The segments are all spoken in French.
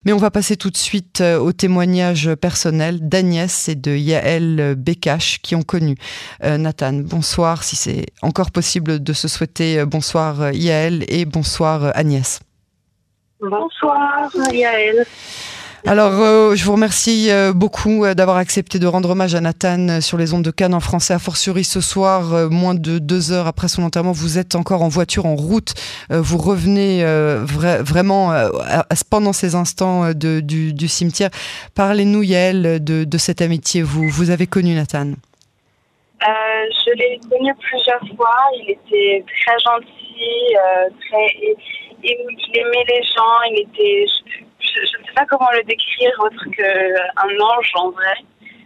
Mais on va passer tout de suite au témoignage personnel d'Agnès et de Yaël Bécache qui ont connu Nathan. Bonsoir, si c'est encore possible de se souhaiter bonsoir Yaël et bonsoir Agnès. Bonsoir Yaël. Alors, je vous remercie beaucoup d'avoir accepté de rendre hommage à Nathan sur les ondes de Cannes en français. A fortiori ce soir, moins de 2 heures après son enterrement, vous êtes encore en voiture, en route. Vous revenez vraiment pendant ces instants du cimetière. Parlez-nous, Yaël, de cette amitié. Vous avez connu Nathan. Je l'ai connu plusieurs fois. Il était très gentil, il aimait les gens. Il était... Je ne sais pas comment le décrire autre qu'un ange en vrai.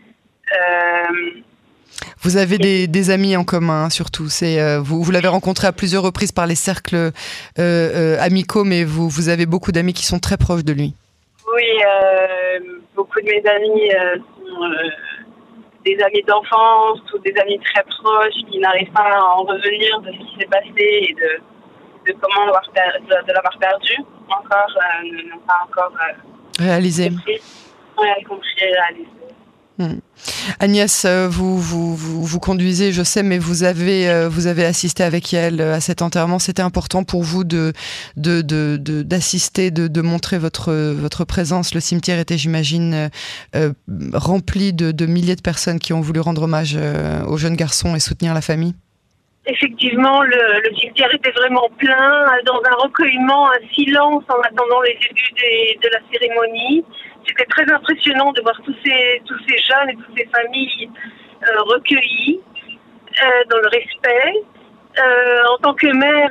Vous avez des amis en commun, surtout. Vous l'avez rencontré à plusieurs reprises par les cercles amicaux, mais vous avez beaucoup d'amis qui sont très proches de lui. Oui, beaucoup de mes amis sont des amis d'enfance ou des amis très proches qui n'arrivent pas à en revenir de ce qui s'est passé et de comment l'avoir perdu. N'ont pas encore réalisé. Compris et réalisé. Agnès, vous conduisez, je sais, mais vous avez assisté avec Yaël à cet enterrement. C'était important pour vous d'assister, de montrer votre présence. Le cimetière était, j'imagine, rempli de milliers de personnes qui ont voulu rendre hommage aux jeunes garçons et soutenir la famille. Effectivement, le cimetière était vraiment plein, dans un recueillement, un silence en attendant les débuts de la cérémonie. C'était très impressionnant de voir tous ces jeunes et toutes ces familles recueillis dans le respect. En tant que mère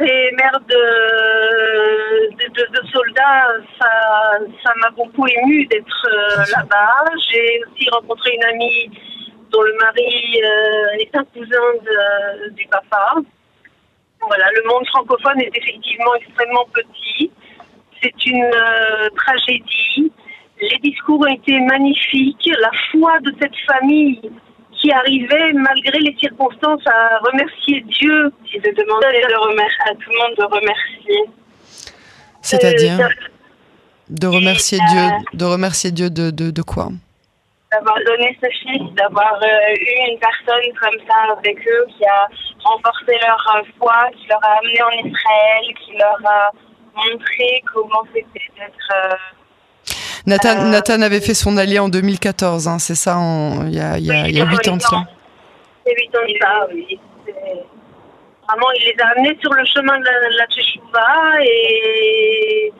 de soldats, ça m'a beaucoup émue d'être là-bas. J'ai aussi rencontré une amie dont le mari est un cousin du papa. Voilà, le monde francophone est effectivement extrêmement petit. C'est une tragédie. Les discours ont été magnifiques. La foi de cette famille qui arrivait, malgré les circonstances, à remercier Dieu. Et de demander à tout le monde de remercier. C'est-à-dire de remercier Dieu de quoi ? D'avoir donné ce fils, d'avoir eu une personne comme ça avec eux qui a renforcé leur foi, qui leur a amené en Israël, qui leur a montré comment c'était d'être... Nathan avait fait son allié en 2014, hein, c'est ça, il y a 8 ans de cela. C'est 8 ans de ça, oui. Vraiment, il les a amenés sur le chemin de la Teshuvah et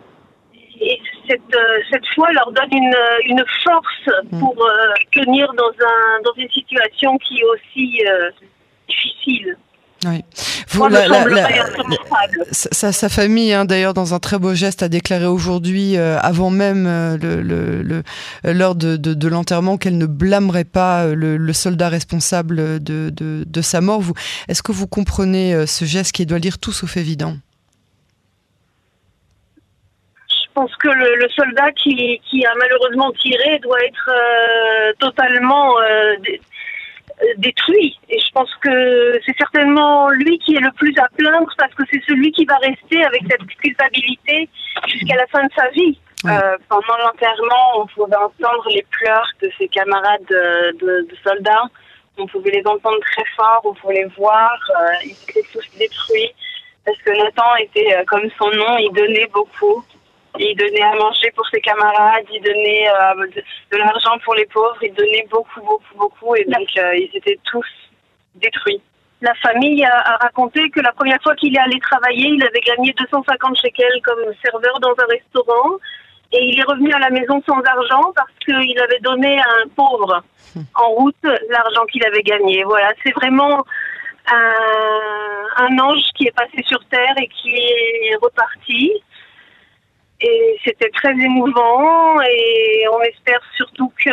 cette foi leur donne une force pour tenir dans une situation qui est aussi difficile. Oui. Sa famille, hein, d'ailleurs, dans un très beau geste, a déclaré aujourd'hui, avant même l'heure de l'enterrement, qu'elle ne blâmerait pas le soldat responsable de sa mort. Est-ce que vous comprenez ce geste qui doit le dire tout sauf évident ? Je pense que le soldat qui a malheureusement tiré doit être totalement détruit. Et je pense que c'est certainement lui qui est le plus à plaindre parce que c'est celui qui va rester avec cette culpabilité jusqu'à la fin de sa vie. Oui. Pendant l'enterrement, on pouvait entendre les pleurs de ses camarades de soldats. On pouvait les entendre très fort, on pouvait les voir. Ils étaient tous détruits parce que Nathan était, comme son nom, il donnait beaucoup. Il donnait à manger pour ses camarades, il donnait de l'argent pour les pauvres, il donnait beaucoup. Et donc, ils étaient tous détruits. La famille a raconté que la première fois qu'il est allé travailler, il avait gagné 250 shekels comme serveur dans un restaurant. Et il est revenu à la maison sans argent parce qu'il avait donné à un pauvre en route l'argent qu'il avait gagné. Voilà, c'est vraiment un ange qui est passé sur terre et qui est reparti. Et c'était très émouvant et on espère surtout que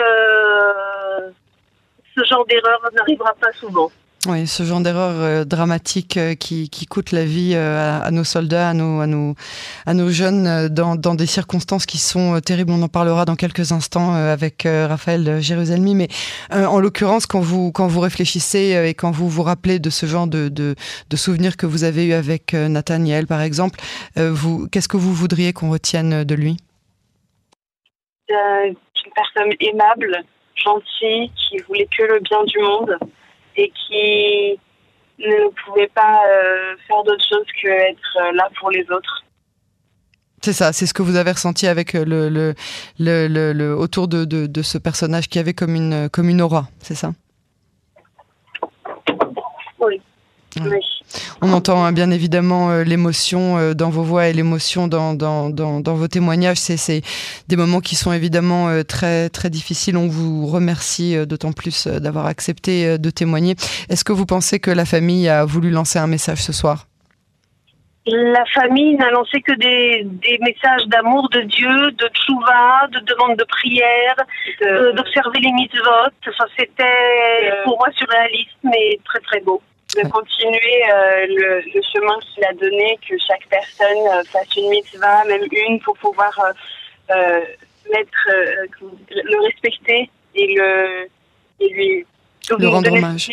ce genre d'erreur n'arrivera pas souvent. Oui, ce genre d'erreur dramatique qui coûte la vie à nos soldats, à nos jeunes dans des circonstances qui sont terribles. On en parlera dans quelques instants avec Raphaël Jérusalemi. Mais en l'occurrence, quand vous réfléchissez et quand vous vous rappelez de ce genre de souvenirs que vous avez eu avec Nathan Yaël, par exemple, qu'est-ce que vous voudriez qu'on retienne de lui ? d'une personne aimable, gentille, qui voulait que le bien du monde et qui ne pouvait pas faire d'autre chose que être là pour les autres. C'est ça, c'est ce que vous avez ressenti avec autour de ce personnage qui avait comme une aura, c'est ça? Oui. Ouais. Oui. On entend bien évidemment l'émotion dans vos voix et l'émotion dans vos témoignages. C'est des moments qui sont évidemment très, très difficiles. On vous remercie d'autant plus d'avoir accepté de témoigner. Est-ce que vous pensez que la famille a voulu lancer un message ce soir? La famille n'a lancé que des messages d'amour de Dieu, de tchouva, de demande de prière, d'observer les mitzvot. Enfin, c'était pour moi surréaliste, mais très très beau. De continuer le chemin qu'il a donné, que chaque personne fasse une mitzvah, même une, pour pouvoir le respecter et lui le rendre hommage.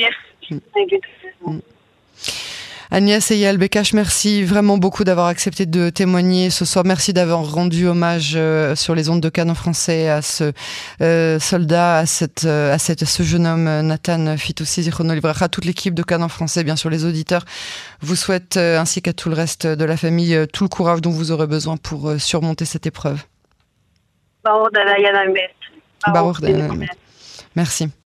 Agnès Eyal Bekash, merci vraiment beaucoup d'avoir accepté de témoigner ce soir. Merci d'avoir rendu hommage sur les ondes de Cannes en français à ce soldat, à ce jeune homme, Nathan Fitoussi, Zichrono Livracha. Toute l'équipe de Cannes en français, bien sûr les auditeurs, vous souhaite, ainsi qu'à tout le reste de la famille, tout le courage dont vous aurez besoin pour surmonter cette épreuve. Merci.